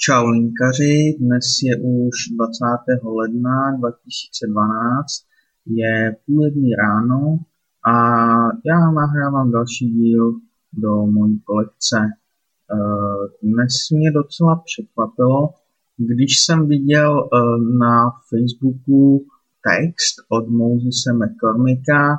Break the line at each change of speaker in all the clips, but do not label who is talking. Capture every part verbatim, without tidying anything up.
Čau linkaři, dnes je už dvacátého ledna dva tisíce dvanáct, je půl jedný ráno a já nahrávám další díl do mojí kolekce. Dnes mě docela překvapilo, když jsem viděl na Facebooku text od Mosese McCormicka.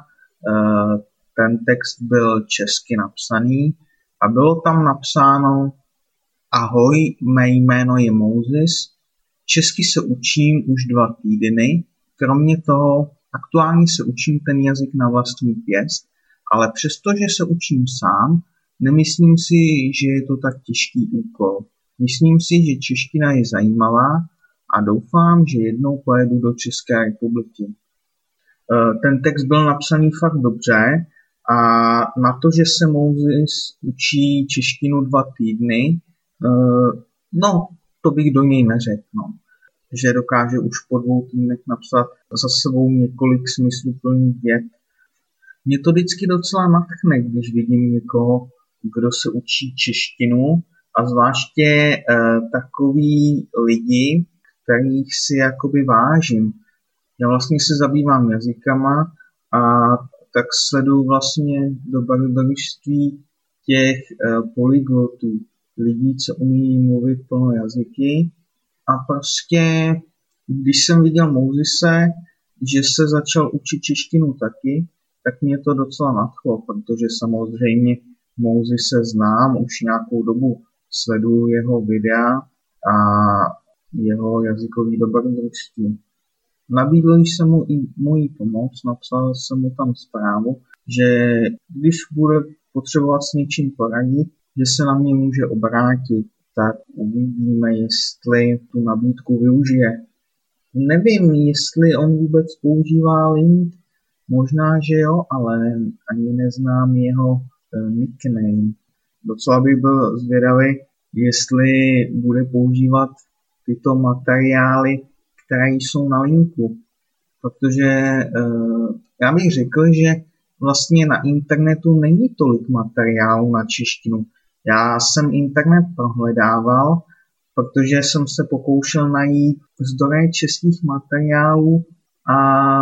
Ten text byl česky napsaný a bylo tam napsáno: Ahoj, mé jméno je Moses, česky se učím už dva týdny, kromě toho aktuálně se učím ten jazyk na vlastní pěst, ale přestože se učím sám, nemyslím si, že je to tak těžký úkol. Myslím si, že čeština je zajímavá a doufám, že jednou pojedu do České republiky. Ten text byl napsaný fakt dobře a na to, že se Moses učí češtinu dva týdny, no, to bych do něj neřekl, no. Že dokáže už po dvou týdnech napsat za sebou několik smysluplných vět. Mě to vždycky docela nadchne, když vidím někoho, kdo se učí češtinu, a zvláště eh, takový lidi, kterých si jakoby vážím. Já vlastně se zabývám jazykama a tak sleduju vlastně dobrodružství těch eh, polyglotů, lidí, co umí mluvit plno jazyky. A prostě, když jsem viděl Mosese, že se začal učit češtinu taky, tak mě to docela nadchlo, protože samozřejmě Mosese znám už nějakou dobu, sleduju jeho videa a jeho jazykový dobrodružství. Nabídl jsem mu i moji pomoc, napsal jsem mu tam zprávu, že když bude potřebovat s něčím poradit, že se na mě může obrátit, tak uvidíme, jestli tu nabídku využije. Nevím, jestli on vůbec používá link, možná, že jo, ale ani neznám jeho uh, nickname. Docela bych byl zvědavý, jestli bude používat tyto materiály, které jsou na linku. Protože uh, já bych řekl, že vlastně na internetu není tolik materiálů na češtinu. Já jsem internet prohledával, protože jsem se pokoušel najít zdroje českých materiálů a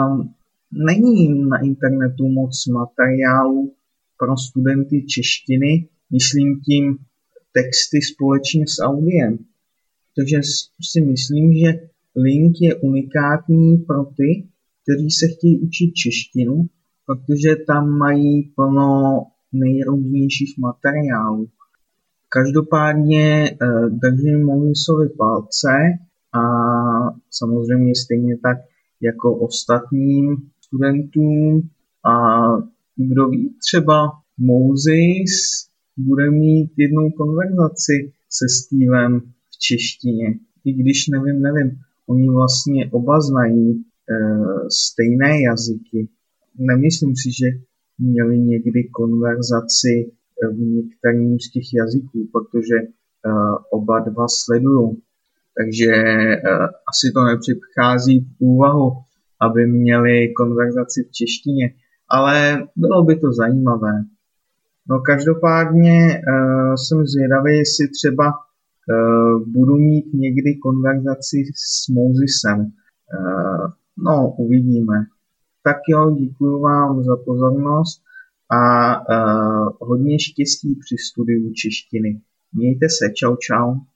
není na internetu moc materiálů pro studenty češtiny, myslím tím texty společně s audiem. Takže si myslím, že link je unikátní pro ty, kteří se chtějí učit češtinu, protože tam mají plno nejrůznějších materiálů. Každopádně eh, držím Mosesovi palce a samozřejmě stejně tak jako ostatním studentům, a kdo ví, třeba Moses bude mít jednou konverzaci se Stevem v češtině. I když nevím, nevím, oni vlastně oba znají eh, stejné jazyky. Nemyslím si, že měli někdy konverzaci v některým z těch jazyků, protože uh, oba dva sledují. Takže uh, asi to nepřichází v úvahu, aby měli konverzaci v češtině, ale bylo by to zajímavé. No každopádně uh, jsem zvědavý, jestli třeba uh, budu mít někdy konverzaci s Mosesem. Uh, no, uvidíme. Tak jo, děkuji vám za pozornost a uh, hodně štěstí při studiu češtiny. Mějte se, čau čau.